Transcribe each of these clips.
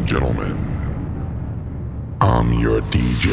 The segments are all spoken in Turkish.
gentlemen, I'm your DJ.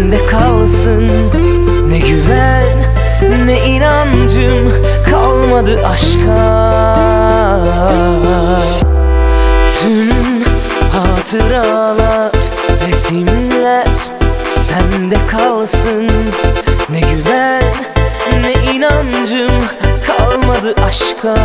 sende kalsın. Ne güven ne inancım kalmadı aşka. Tüm hatıralar, resimler sende kalsın. Ne güven ne inancım kalmadı aşka.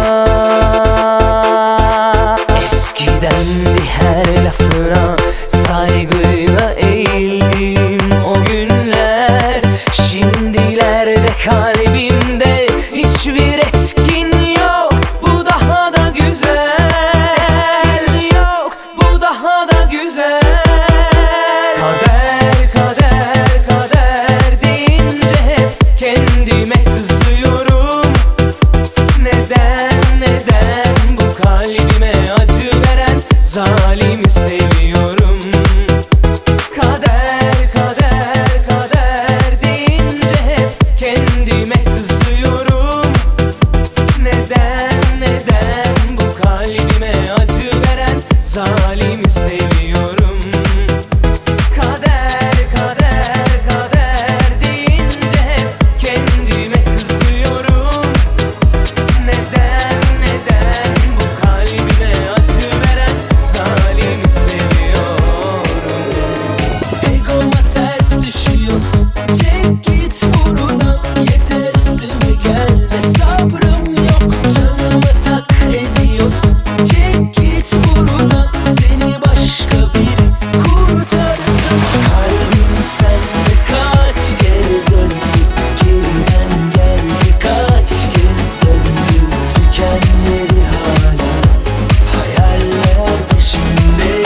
Eskidendi her lafına saygıyla eğildim o günler. Şimdilerde kalbimde hiçbir etkin yok. Bu daha da güzel. Yok, bu daha da güzel. Kader, kader, kader deyince hep kendime kızıyorum. Neden, neden bu kalbime acı veren zalimi seviyorum. Kader, kader, kader deyince hep kendime kızıyorum. Neden, neden bu kalbime acı veren zalimi seviyorum. Kader, kader, kader deyince hep kendime kızıyorum. Neden, neden bu kalbime acı veren zalimi seviyorum. Egoma ters düşüyorsun, çek git buradan. Yeter üstüme gelme, sabrım yok. Canıma tak ediyorsun, çek git buradan. Seni başka biri kurtarsın. Kalbim sende kaç kez öldü, geriden geldi kaç kez döndü. Tükenmedi hala hayaller peşinde.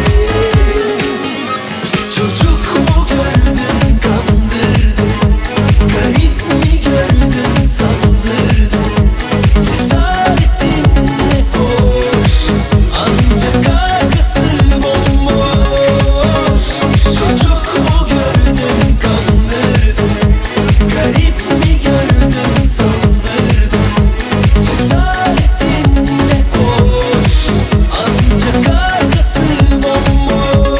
Çocuk mu gördün kandırdın, garip mi gördün sandırdın. Cesaretin ne hoş, ancak arkası bomboş. Çocuk mu gördün kandırdın, garip mi gördün sandırdın. Cesaretin ne hoş, ancak arkası bomboş.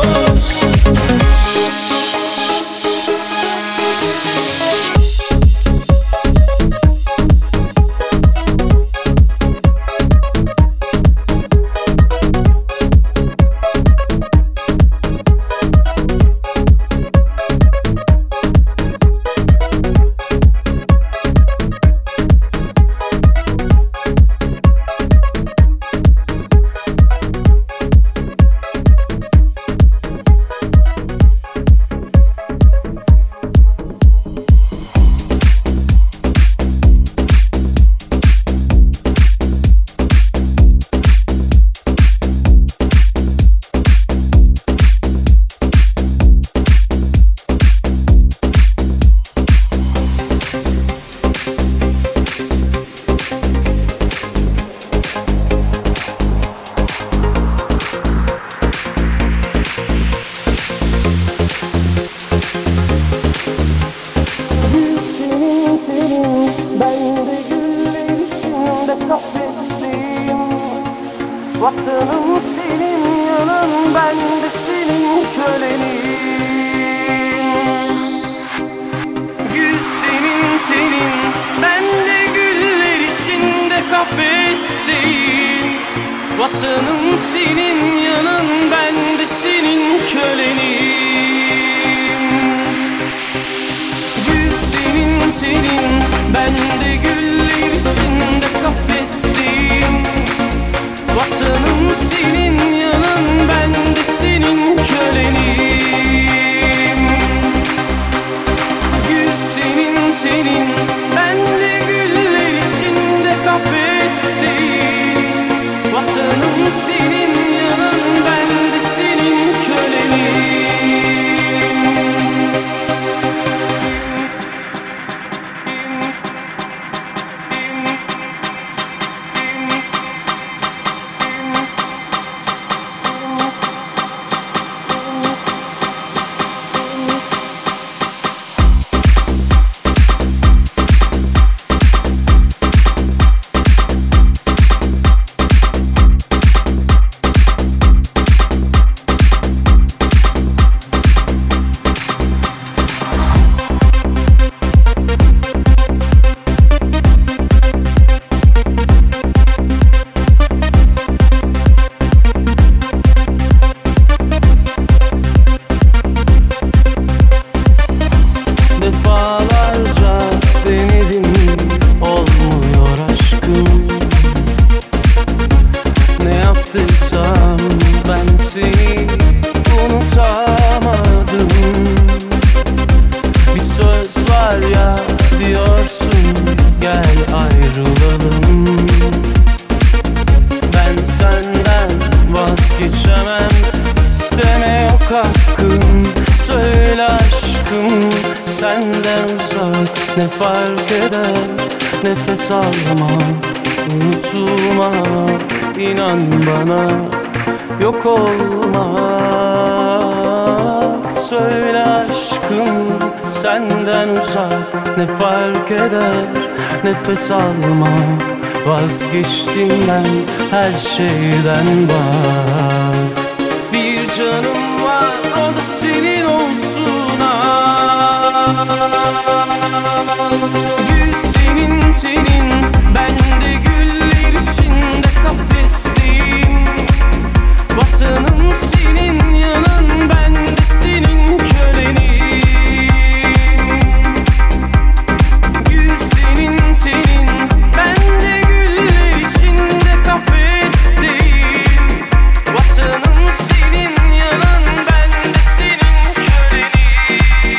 Vatanım senin, yanın ben de senin kölenim. Gül senin, ben de güller içinde kafesteyim. Vatanım senin, yanın ben de senin kölenim. Gül senin, ben de güller içinde kafesteyim. Vatanım senin, yanın ben de senin kölenim. Gül senin, ben de güller içinde kafesteyim. Vatanım senin, yanın ben de senin kölenim. senden uzak ne fark eder? Nefes almak, unutulmak, inan bana yok olmak. Söyle aşkım senden uzak ne fark eder? Nefes almak, vazgeçtim ben her şeyden bak. Bir canım var o da senin olsun Gül senin tenin, ben de güller içinde kafesteyim. Vatanım senin yanın, ben de senin kölenim. Gül senin tenin, ben de güller içinde kafesteyim. Vatanım senin yanın, ben de senin kölenim.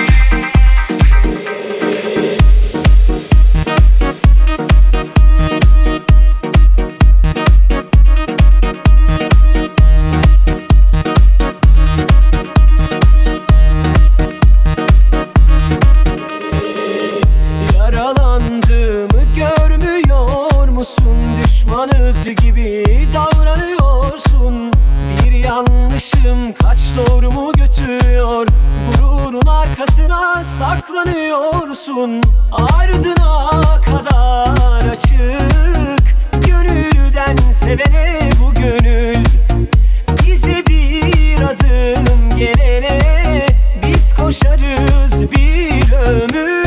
Yaralandığımı görmüyor musun? Düşmanız gibi davranıyorsun. Bir yanlışım kaç doğrumu götürüyor. Gururun arkasına saklanıyorsun. Ardına kadar açık, gönülden sevene bu gönül. Bize bir adım gelene biz koşarız bir ömür.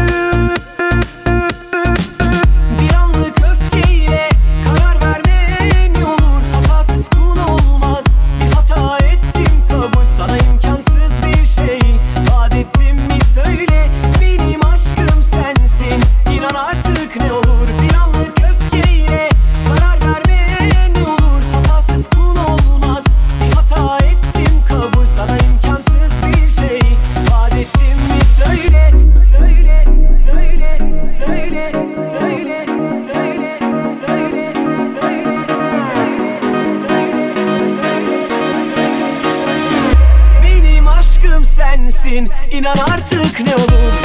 Bir anlık öfkeyle karar vermen olur. Hatasız kul olmaz. Bir hata ettim, kabul sana imkansız bir şey. Vaat ettim mi söyle, benim aşkım sensin. İnan artık ne olur. Bir anlık öfkeyle karar vermen olur. Hatasız kul olmaz. Bir hata ettim, kabul sana imkansız bir şey. Vaat ettim mi söyle, söyle, söyle, söyle, söyle, söyle, söyle, söyle, söyle, benim aşkım sensin. İnan artık ne olur.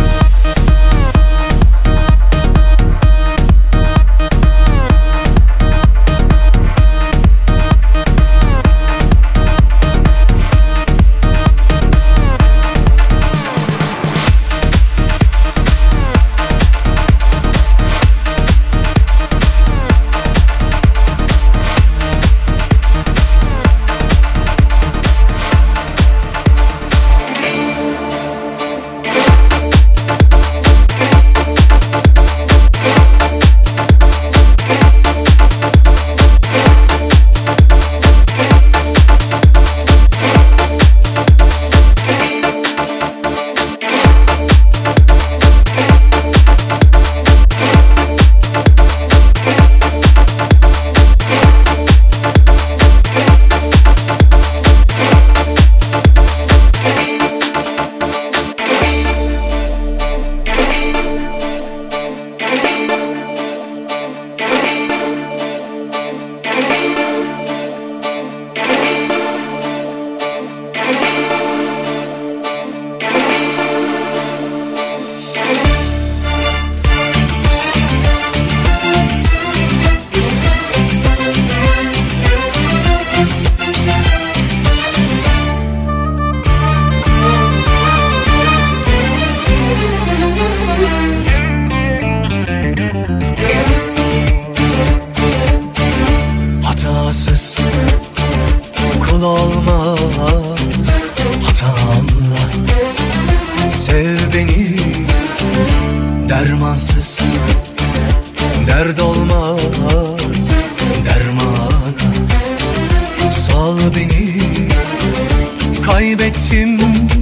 Dert olmaz dermana. Sal beni, kaybettim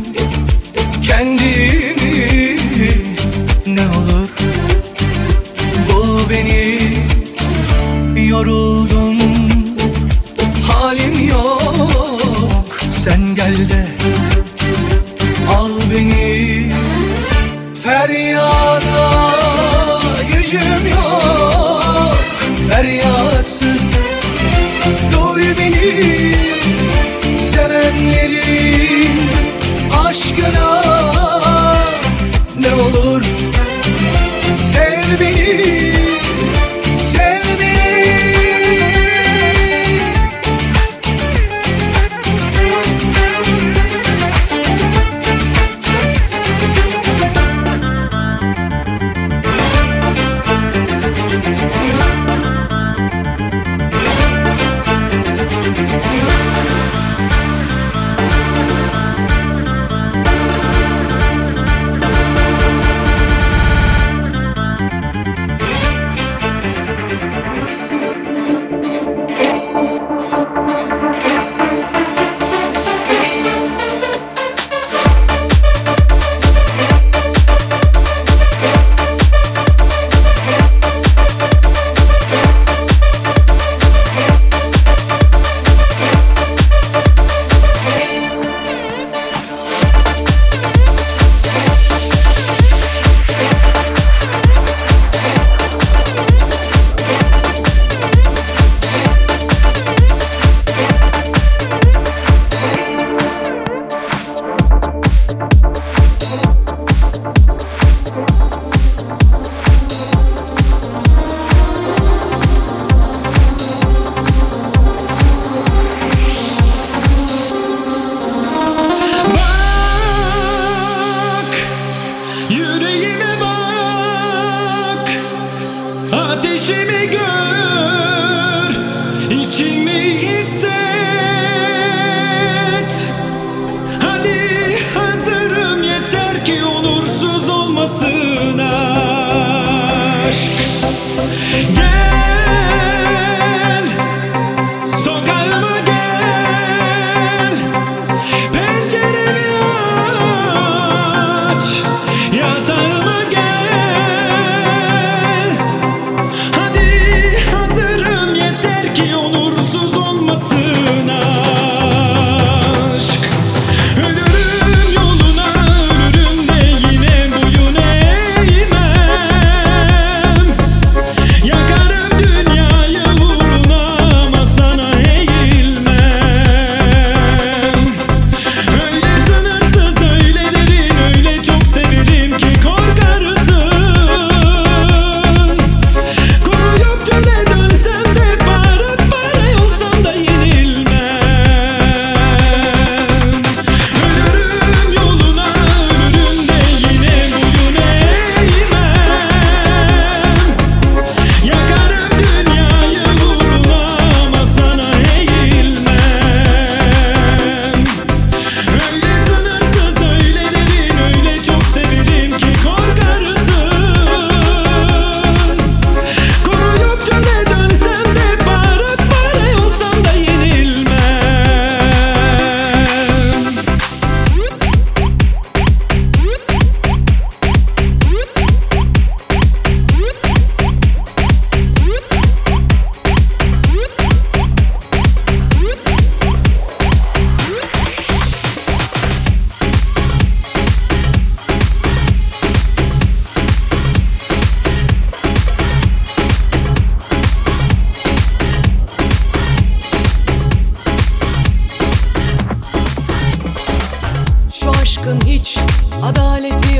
kendimi. Ne olur bul beni, yoruldum, halim yok. Sen gel de al beni. Feryada gücüm yok, feryatsız dur beni. Sevenlerin aşkına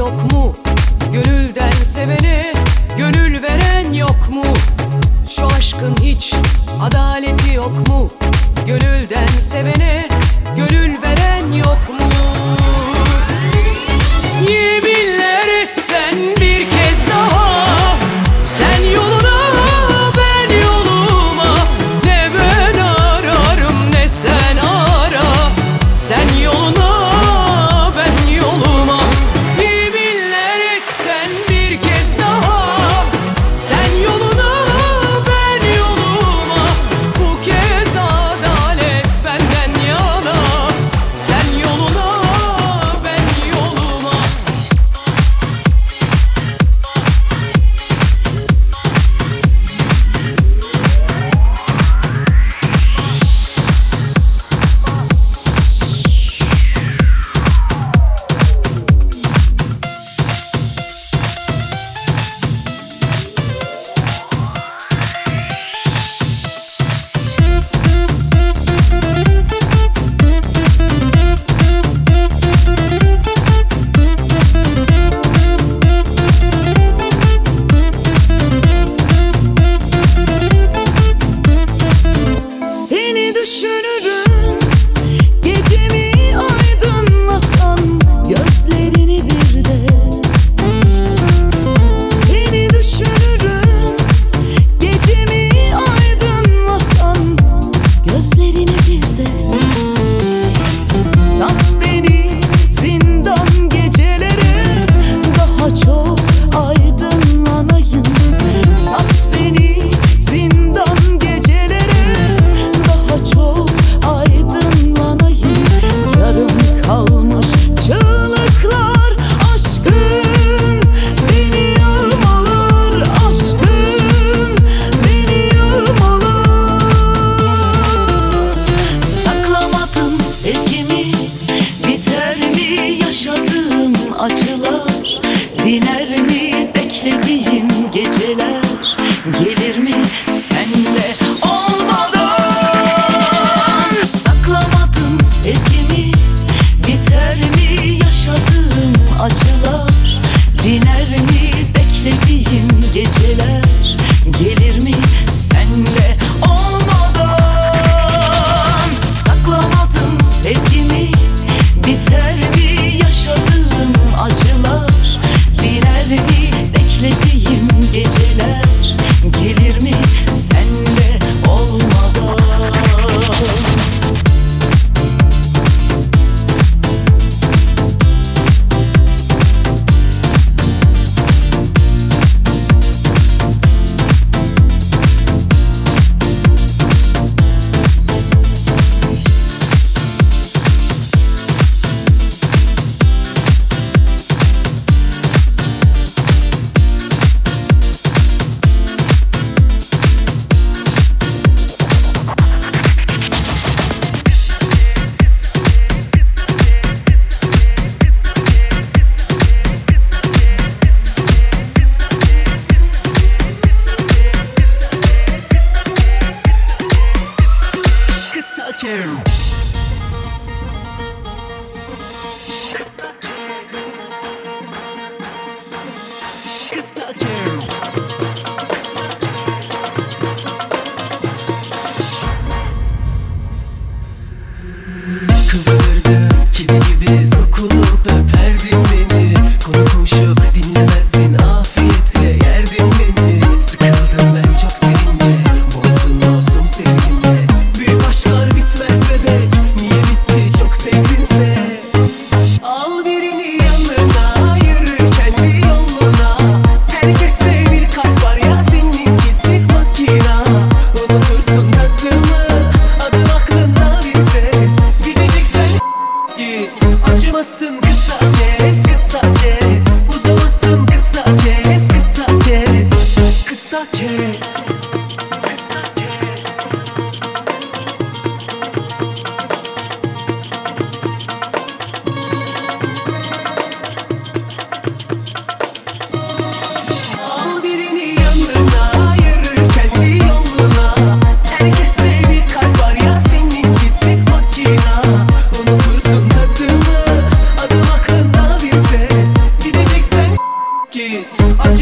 yok mu? Gönülden sevene gönül veren yok mu? Şu aşkın hiç adaleti yok mu? Gönülden sevene gönül veren yok mu? Yeminler etsen bir kez daha, sen yoluna ben yoluma, ne ben ararım ne sen ara, sen yoluna ben yoluma. Yeminler etsen bir kez daha, sen yoluna ben yoluma, bu kez adalet benden yana, sen yoluna ben yoluma. Seni düşünürüm, gecemi aydınlatan gözlerini bir de. Seni düşünürüm, gecemi aydınlatan gözlerini bir de. Sat beni zindan gecelere, daha çok aydınlanayım. Sat beni zindan gecelere, daha çok aydınlanayım. Yarım kalmış çığlıklar aşkın beni yağmalar, aşkın beni yağmalar. Saklamadım sevgimi, biter mi yaşadığım acılar? Diner mi beklediğim geceler? Gelir mi senle olmadan? Saklamadım sevgimi, biter mi yaşadığım acılar? Diner mi beklediğim geceler? Gelir mi senle olmadan? Saklamadım sevgimi, biter mi yaşadığım acılar? Diner mi beklediğim geceler?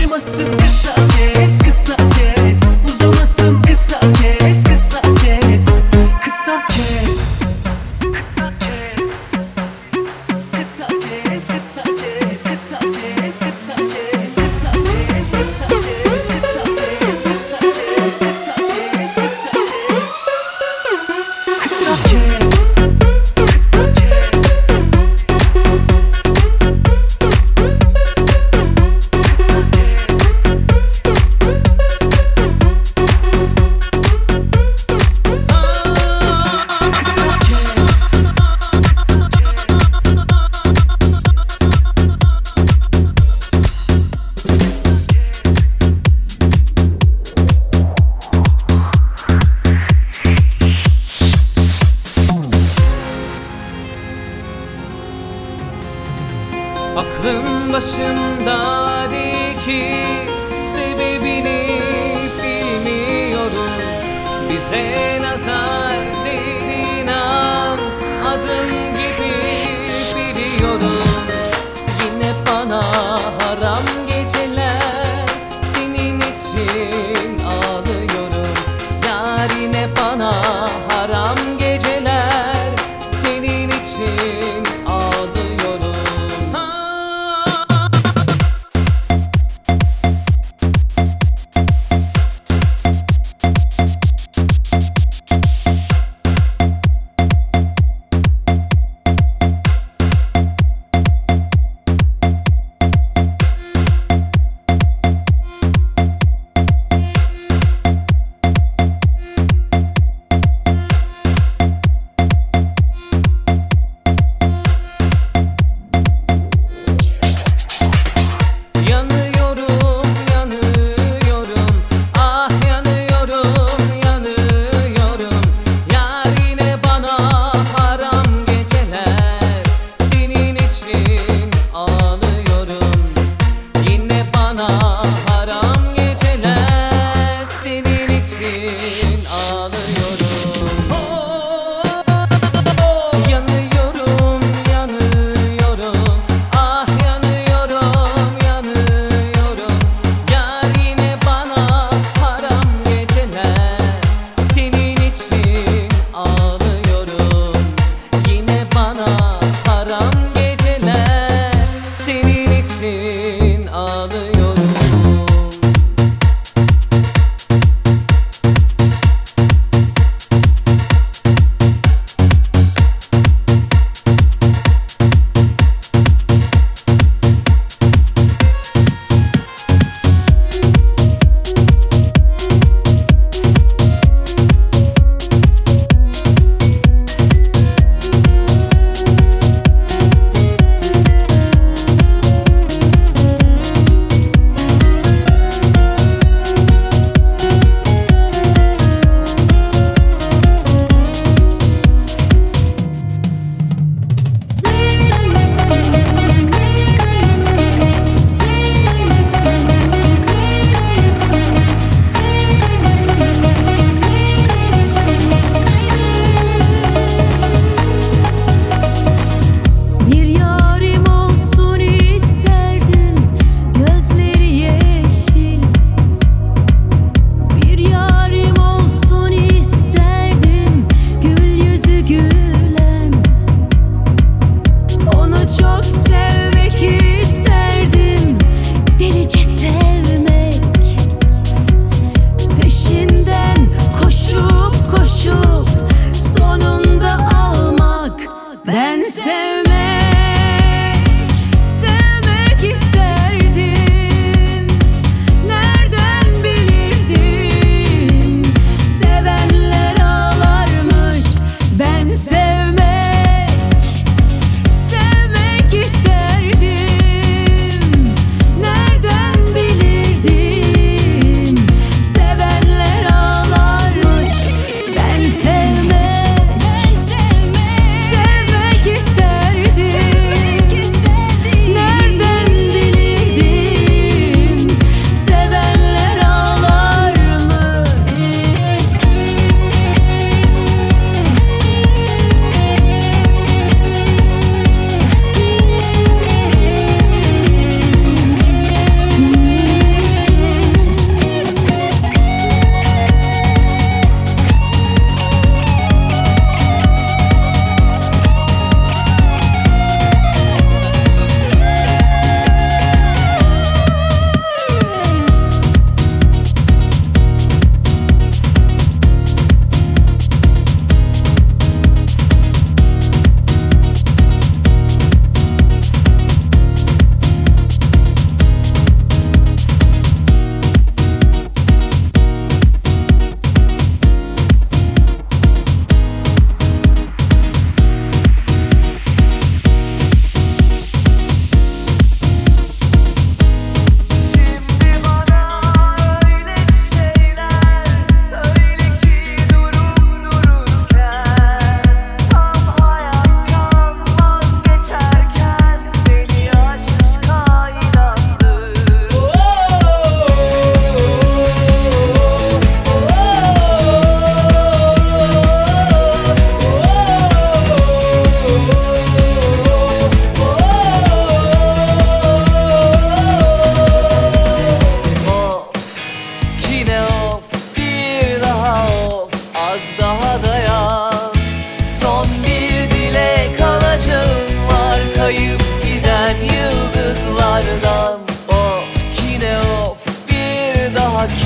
Uzamasın kısa kes, kısa kes. Uzamasın kısa kes, kısa kes. Kısa kes, kısa kes. Kısa kes, kısa kes, kısa kes, kısa kes, kısa kes, kısa kes, kısa kes, kısa kes, kısa kes, kısa kes. Kısa kes. Aklım başımda değil ki sebebini bilmiyorum. Bize nazar değil inan, adım gibi biliyorum. Yine bana haram geceler, senin için ağlıyorum. Yar yine bana haram geceler, senin için ağlıyorum. Yanıyorum, yanıyorum, ah yanıyorum, yanıyorum. Yar yine bana haram geceler, senin için ağlıyorum. Yine bana haram geceler, senin için ağlıyorum. Yanıyorum, yanıyorum, ah yanıyorum, yanıyorum. Yar yine bana haram geceler, senin için ağlıyorum. Yine bana haram geceler, senin için ağlıyorum.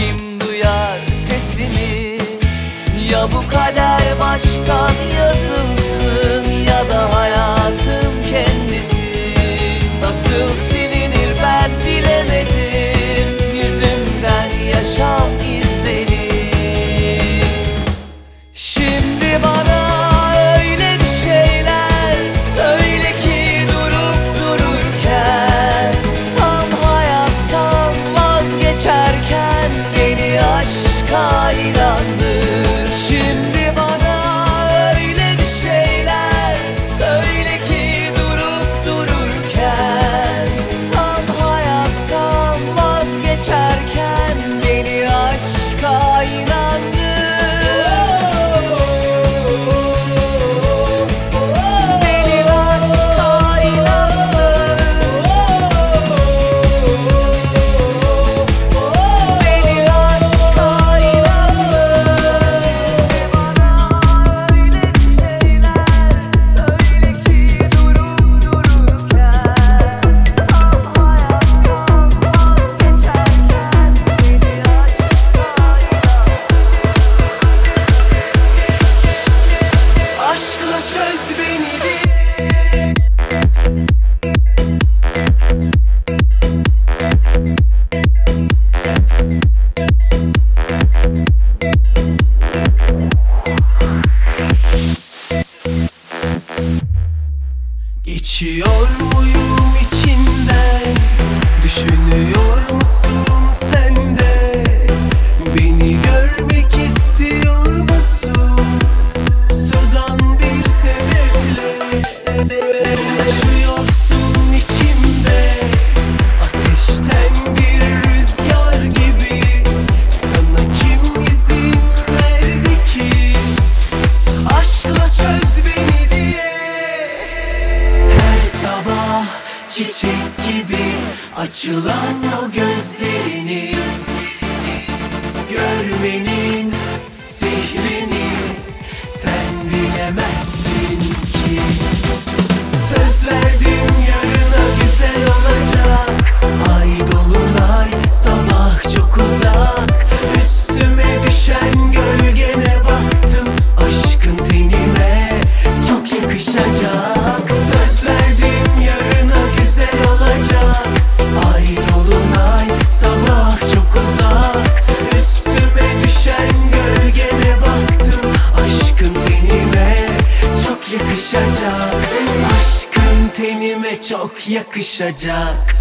kim duyar sesimi? Ya bu kader baştan yazılsın ya da hayatın kendisi. Nasıl silinir ben bilemedim, yüzümden yaşam izleri. Şimdi bana öyle bir şeyler söyle ki durup dururken, tam hayattan vazgeçerken beni aşka inandır. Şimdi bana öyle bir şeyler söyle ki durup dururken, tam hayattan vazgeçerken beni aşka inandır. Beni aşka inandır. Beni aşka Aşkla çöz beni diye. Geçiyor muyum içinden? Düşünüyor musun sen de? Beni görmek istiyor musun? Sudan bir sebeple yaşıyorsun içimde. Ateşten bir rüzgar gibi. Sana kim izin verdi ki aşkla çöz beni diye? Her sabah çiçek gibi açılan o gözlerini görmenin sihrini sen bilemezsin ki. Söz verdim yarına güzel olacak. Ay dolunay sabah çok uzak. Üstüme düşen gölgene baktım. Aşkın tenime çok yakışacak. Söz verdim yarına güzel olacak. Ay dolunay sabah çok uzak. Üstüme düşen gölgene baktım. Aşkın tenime çok yakışacak. Aşkın tenime çok yakışacak.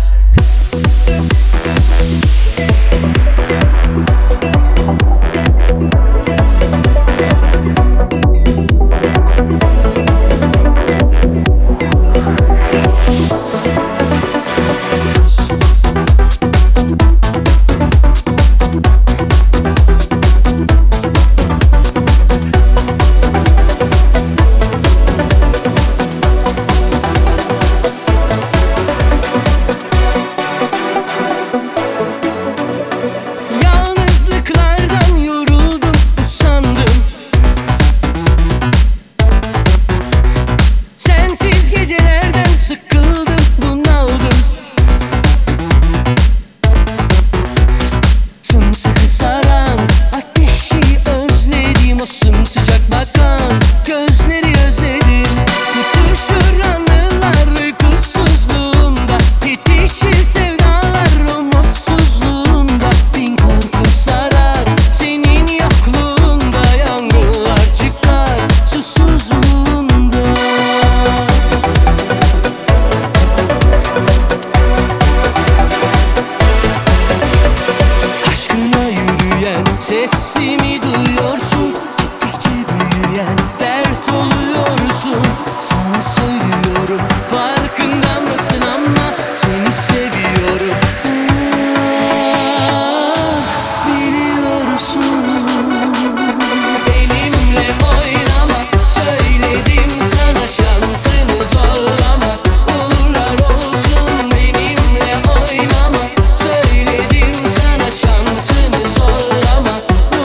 Yalnızlıklardan yoruldum, usandım. Sensiz gecelerden sıkıldım, bunaldım. Sımsıkı saran ateşi özledim. O sımsıcak bakan gözleri özledim. Tutuşur anılar uykusuzluğumda. Yetişir sevdalar umutsuzluğumda. Bin korku sarar senin yokluğunda. Yangınlar çıkar susuzluğumda. Aşkına yürüyen sesimi duyuyorsun. Gittikçe büyüyen dert oluyorsun. Sana söylüyorum, farkında mısın ama seni seviyorum. Ah, biliyorsun. Benimle oynama, söyledim sana, şansını zorlama. Uğurlar olsun. Benimle oynama, söyledim sana, şansını zorlama.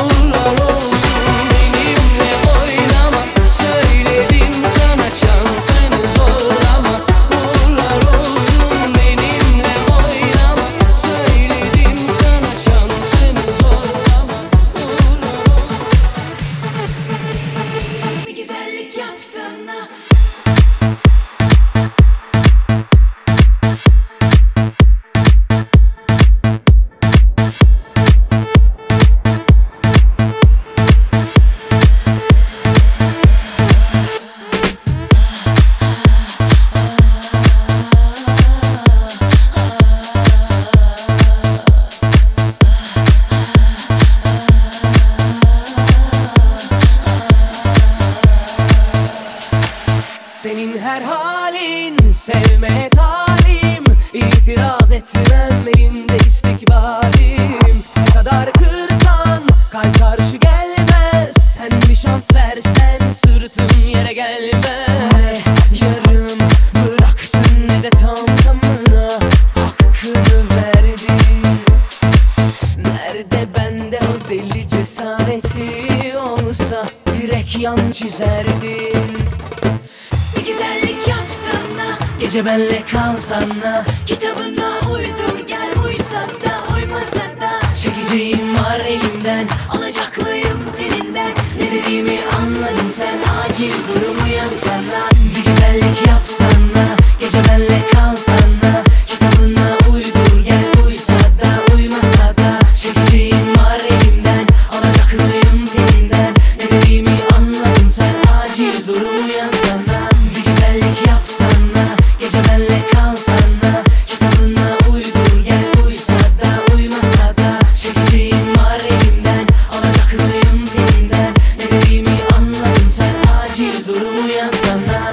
etmem elinde istikbalim. Ne kadar kırsan kalp karşı gelmez. Sen bir şans versen sırtım yere gelmez. Yarım bıraktın ne de tam tamına hakkını verdin. Nerede bende o deli cesareti olsa direkt yan çizerdin. Bir güzellik yapsana, gece benle kalsana. Kitabına uydur gel, uysa da uymasa da. Çekeceğim var elimden, alacaklıyım telinden. Ne dediğimi anladın sen, acil durum uyansana. Bir güzellik yapsana, gece benle kalsana. Kitabına uydur gel, uysa da uymasa da. Çekeceğim var elimden, alacaklıyım telinden. Ne dediğimi anladın sen, acil durum uyansana. Bir güzellik yapsana, gece benle kalsana. Kitabına uydur gel, uysa da uymasa da. Çekeceğim var elimden, alacaklıyım telinden. Ne dediğimi anladın sen, acil durum uyansana.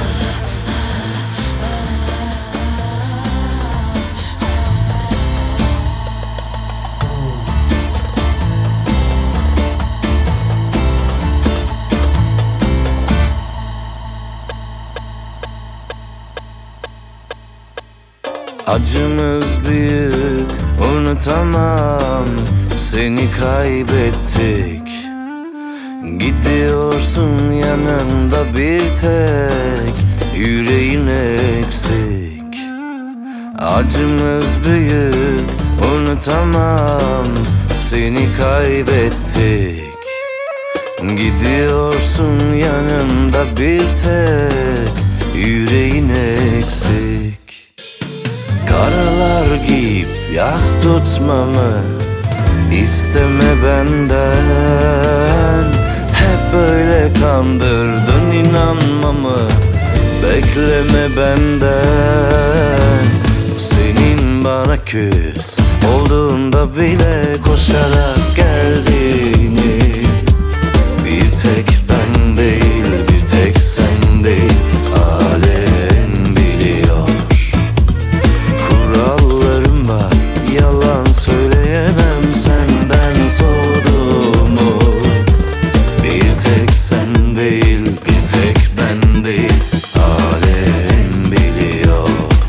Acımız büyük, unutamam. Seni kaybettik. Gidiyorsun yanımda bir tek, yüreğin eksik. Acımız büyük, unutamam. Seni kaybettik. Gidiyorsun yanımda bir tek, yüreğin eksik. Karalar giyip yas tutmamı isteme benden. Hep böyle kandırdın inanmamı, bekleme benden. Senin bana küs olduğunda bile koşarak geldiğini bir tek ben değil, bir tek sen değil, alem biliyor. Kurallarım var, yalan söyleyemem senden soğuduğumu. Bir tek sen değil, bir tek ben değil, alem biliyor.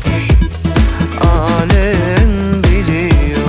Alem biliyor.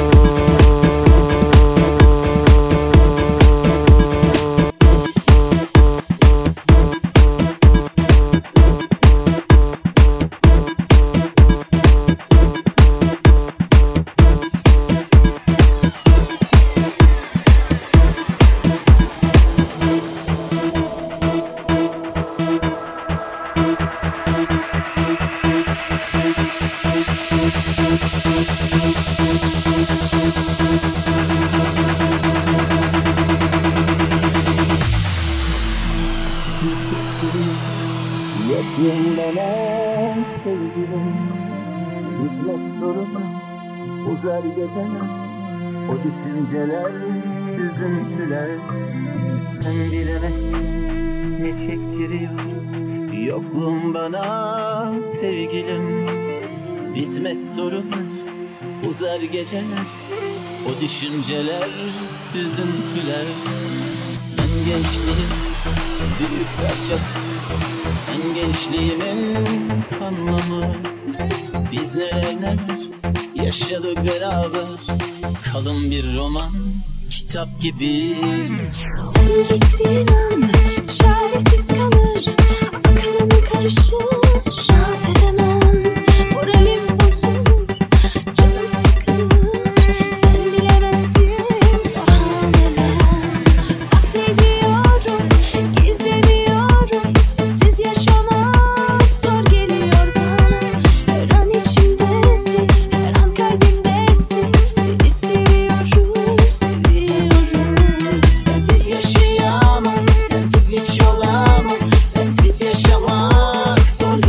Yenilenen sevgilim, bitmek zorunda, uzar geceler. O düşünceler, üzüntüler. Sen bilemezsin ne çektiriyor yokluğun bana sevgilim. Bitmek zorunda, uzar geceler. O düşünceler, üzüntüler. Sen gençliğin büyük parçası, sen gençliğimin anlamı. Biz neler neler yaşadık beraber, kalın bir roman, kitap gibi. Sen gittiğin an çaresiz kalır, aklım karışır, rahat edemem, moralim bozulur, canım sıkılır. Sen bilemezsin daha neler. Bak ne diyorum, gizlemiyorum, sensiz yaşamak zor geliyor bana. Her an içimdesin, her an kalbimdesin, seni seviyorum, seviyorum. Sensiz yaşayamam, sensiz hiç olamam. Sensiz yaşamak zor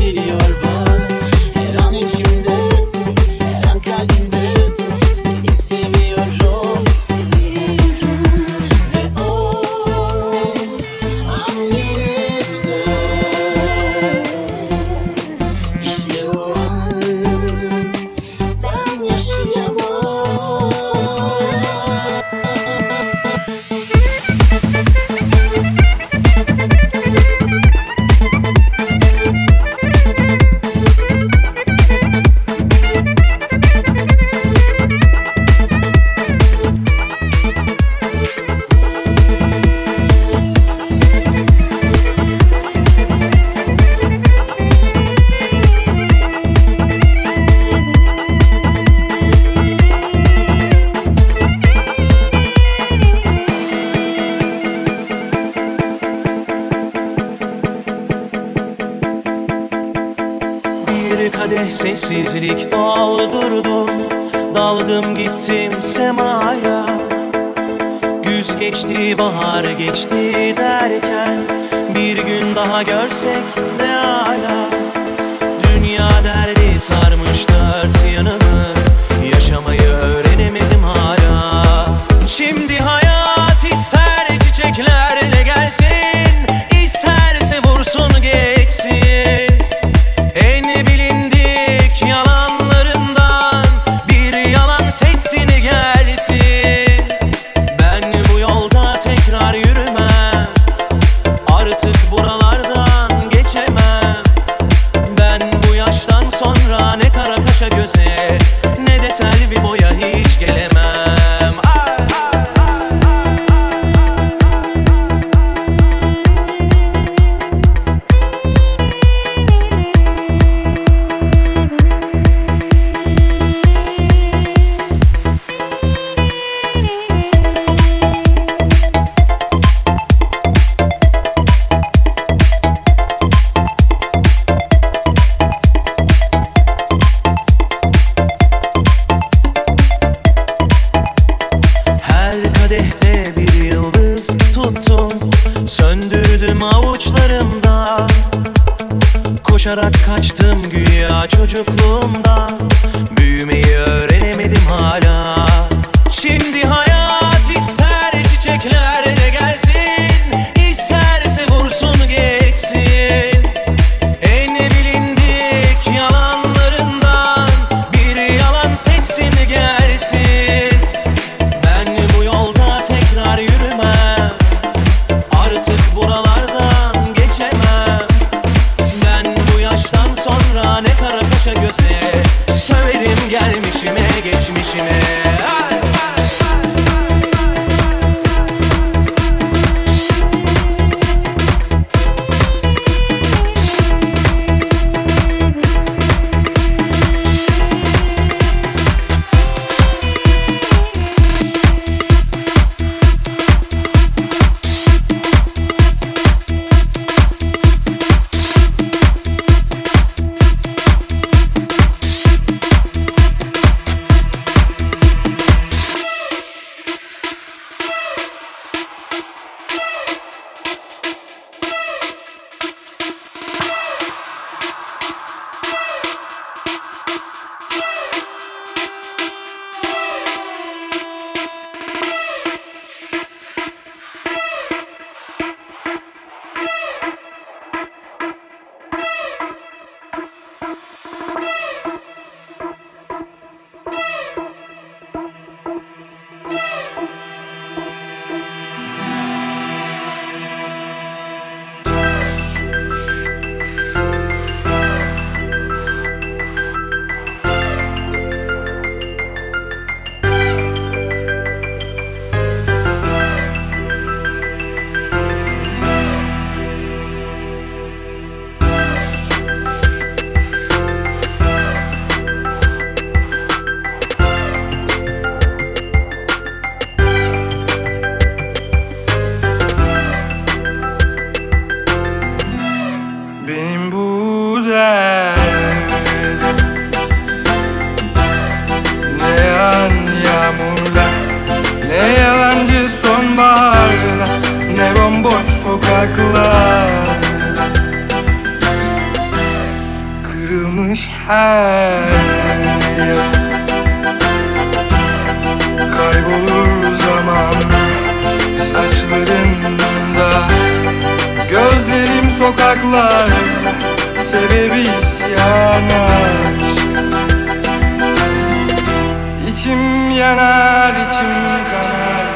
sessizlik doldurdum. Daldım gittim semaya. Güz geçti, bahar geçti derken bir gün daha görsek ne ala. Dünya derdi sarmış dört yanımı, yaşamayı öğrenemedim hala. Şimdi hayat ister çiçeklerle gelsin, isterse vursun geçsin. En bilindik yalanlarından bir yalan seçsin gelsin. Ben bu yolda tekrar yürümem, artık buralardan geçemem. Ben bu yaştan sonra ne kara kaşa göze, ne de selvi boya hiç gelemem. Koşarak kaçtım güya çocukluğumdan, büyümeyi öğrenemedim hala. Şimdi hayat ister çiçeklerle gelsin, isterse vursun geçsin. En bilindik yalanlarından bir yalan seçsin gelsin. Ben bu yolda tekrar yürümem, artık buralardan geçemem. Yaştan sonra ne kara kaşa göze, söverim gelmişime geçmişime. Kırılmış her yer, kaybolur zaman saçlarında. Gözlerim sokaklar, sebebi isyan aşk. İçim yanar, içim kanar.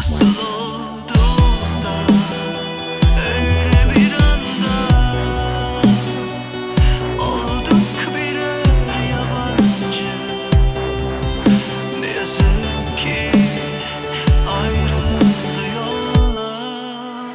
Nasıl olduğunda öyle bir anda olduk birer yabancı. Ne yazık ki ayrıldı yollar.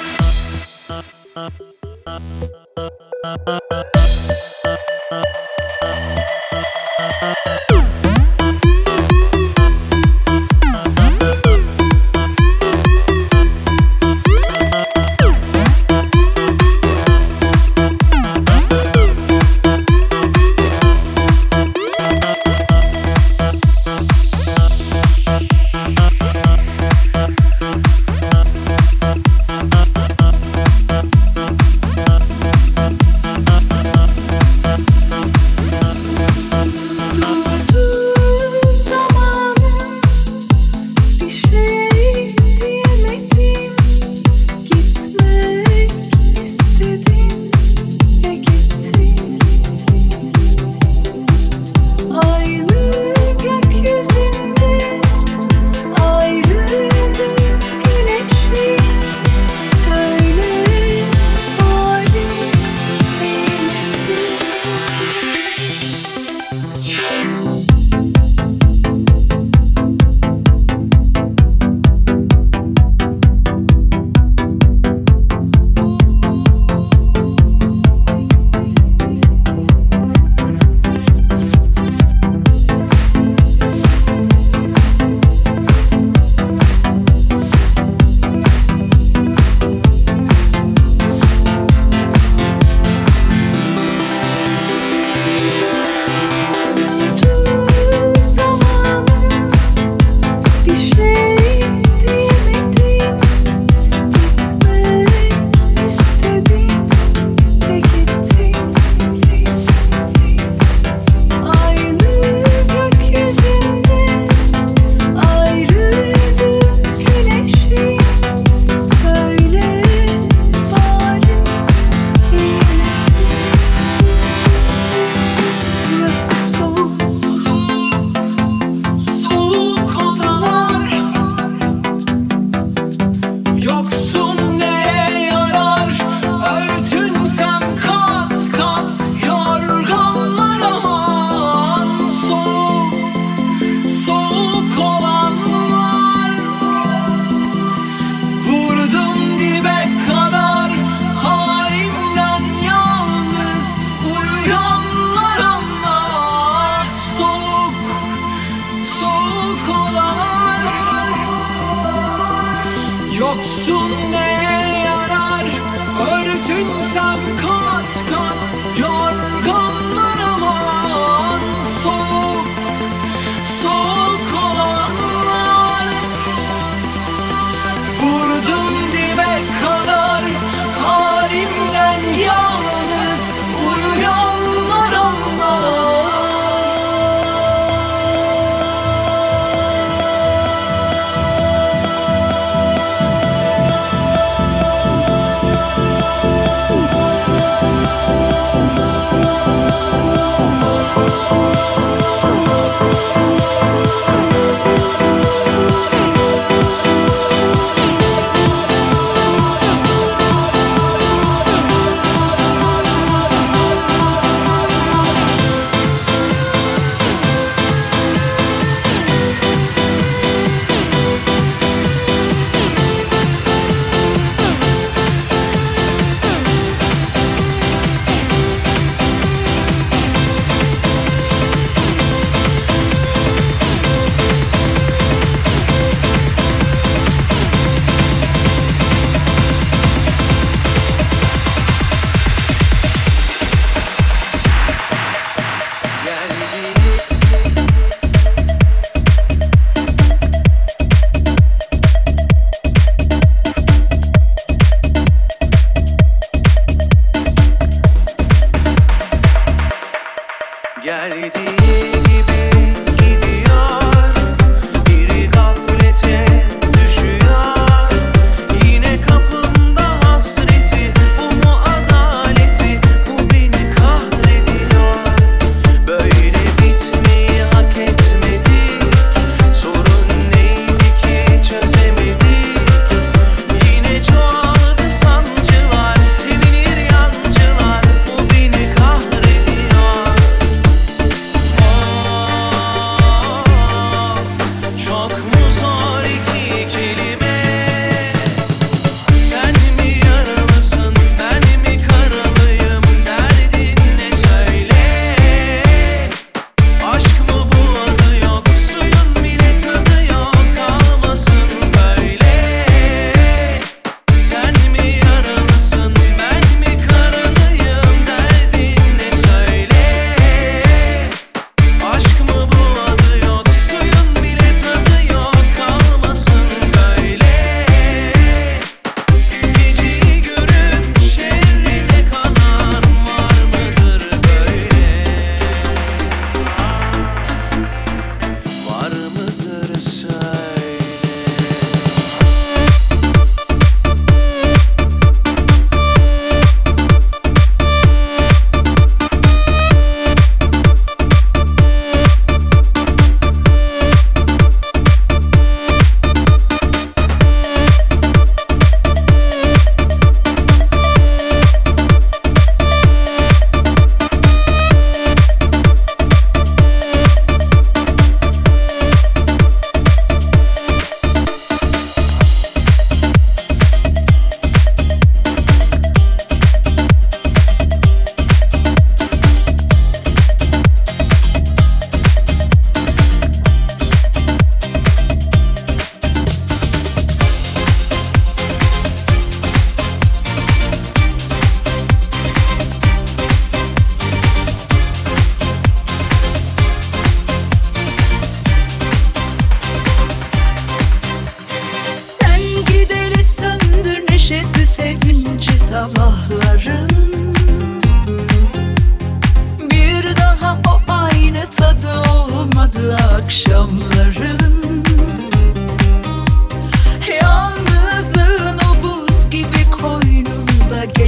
Yoksun neye yarar? Örtünsem kat kat yorganlar aman. Soğuk, soğuk olanlar. Vurdum dibe kadar halimden yalnız uyuyanlar aman.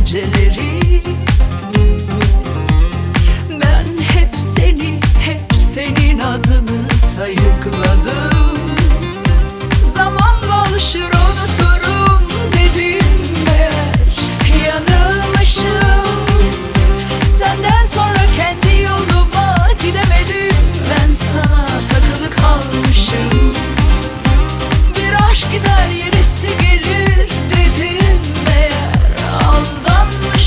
geceleri. Ben hep senin adını sayıkladım. Zamanla alışır unuturum dedim meğer yanılmışım. Senden sonra kendi yoluma gidemedim. Ben sana takılı kalmışım. Bir aşk gider yerisi gelir dedim meğer aldanmışım.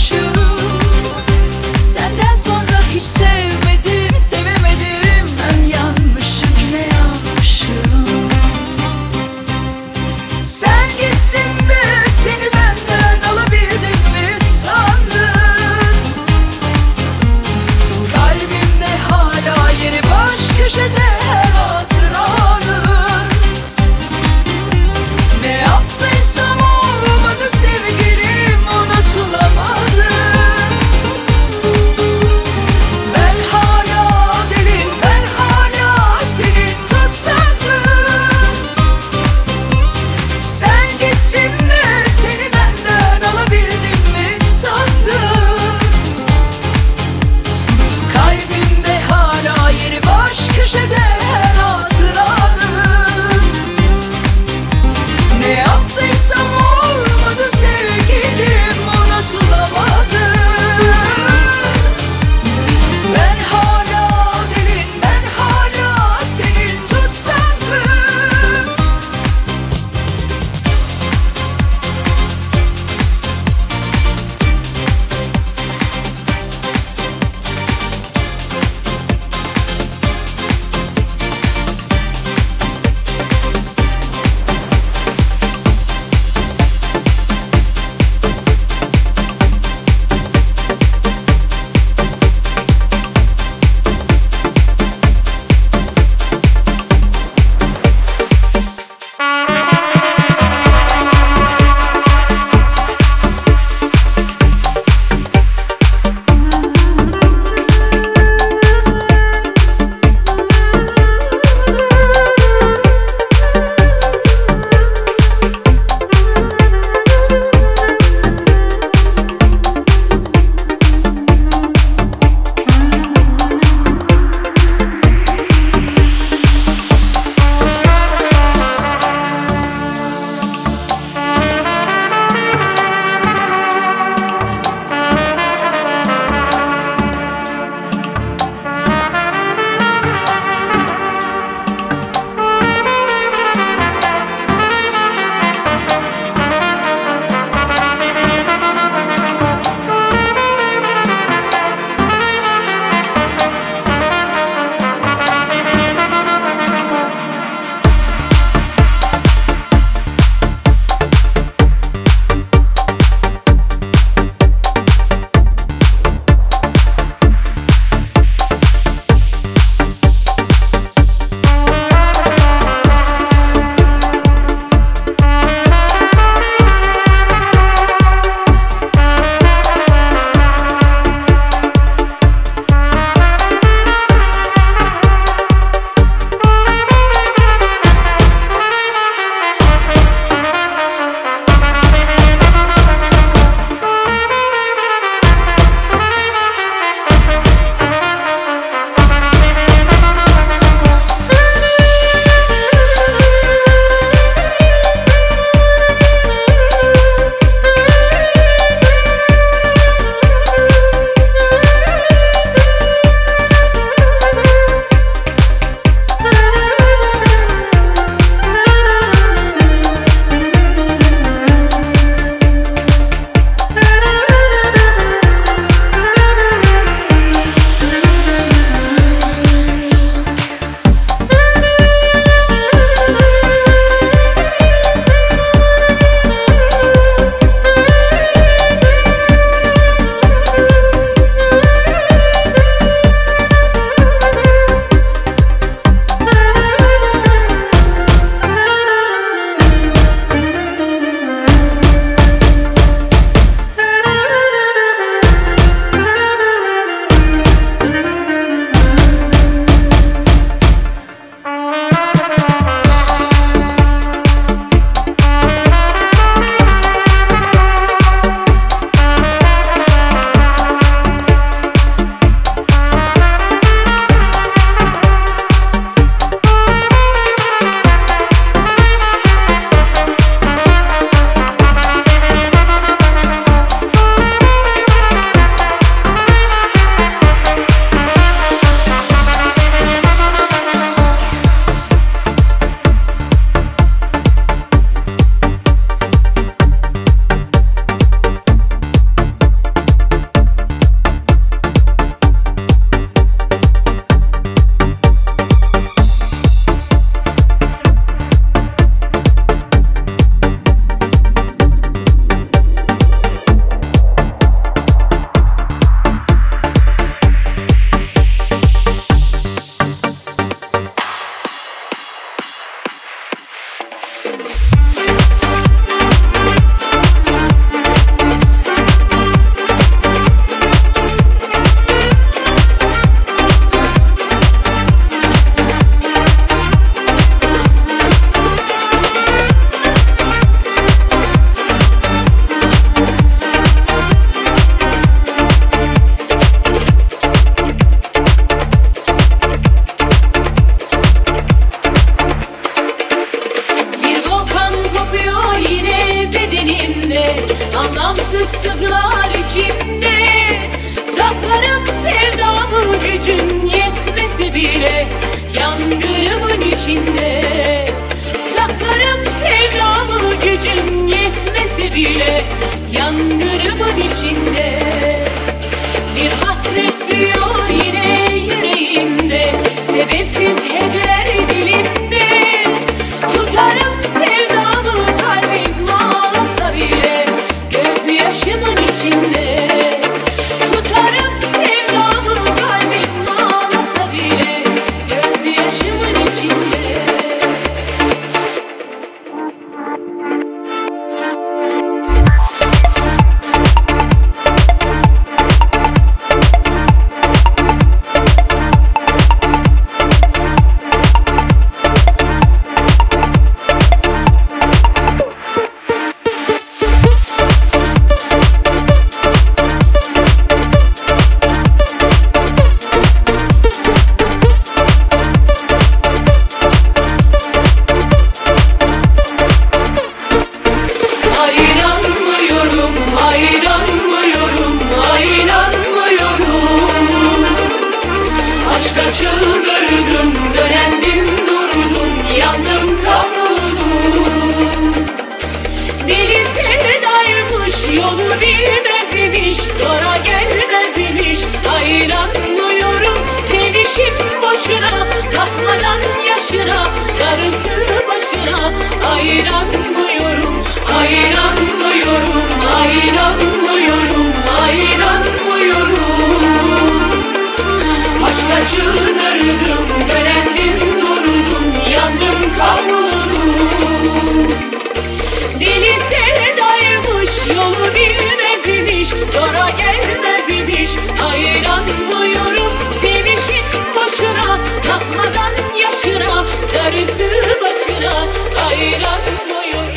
çıldırdım, dönendim durdum, yandım kavruldum. Deli sevdaymış, yolu bilmezmiş, sonra gelmezmiş. Hayranmıyorum sevişim boşuna, takmadan yaşına, darısı başına. Hayranmıyorum, hayranmıyorum, hayranmıyorum, hayranmıyorum. Aşka çıldırdım, dönendim durdum, yandım kavruldum. Deli sevdaymış, yolu bilmezmiş, sonra gelmezmiş. Hayranmıyorum sevişim boşuna, takmadan yaşına, darısı başına. Hayranmıyorum.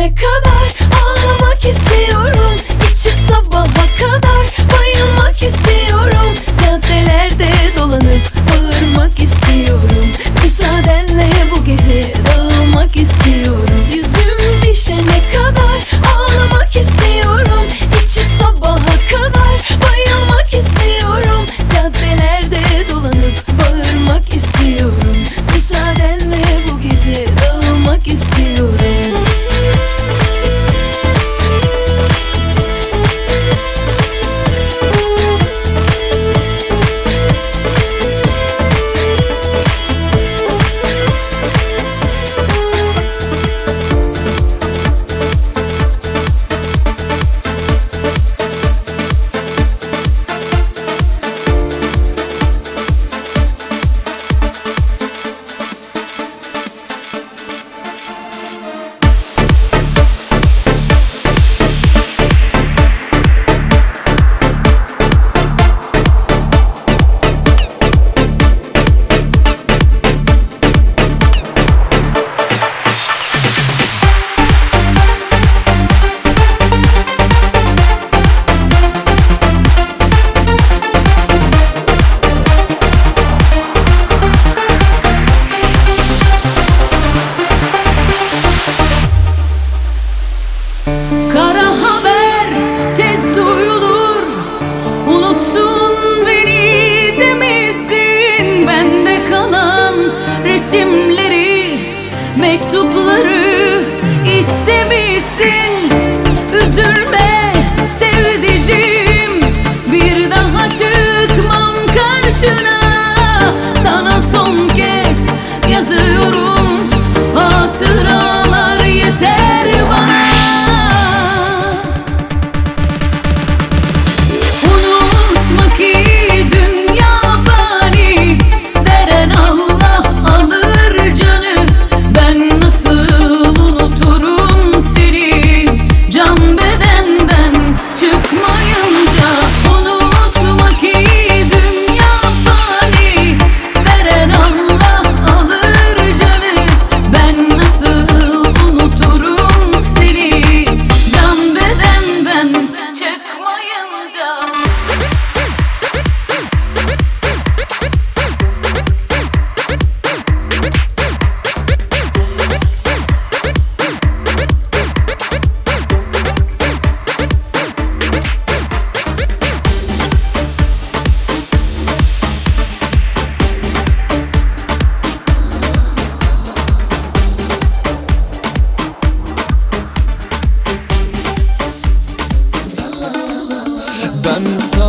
düşene kadar ağlamak istiyorum. İçip sabaha kadar bayılmak istiyorum. Caddelerde dolanıp bağırmak istiyorum. Müsaadenle bu gece dağılmak istiyorum. Yüzüm şişene kadar ağlamak istiyorum. İçip sabaha kadar bayılmak istiyorum. Caddelerde dolanıp bağırmak istiyorum. Müsaadenle bu gece dağılmak istiyorum. Mektupları istemişsin. Üzülme sevdiceğim, bir daha çıkmam karşına. Sana son kez yazıyorum, hatıralar yeter bana. Unutma ki dünya fani, veren Allah alır canı. Ben nasıl unuturum seni, can bedenden çıkmayınca. Unutma ki dünya fani, veren Allah alır canı. Ben nasıl unuturum seni, can bedenden çıkmayınca. Ben sana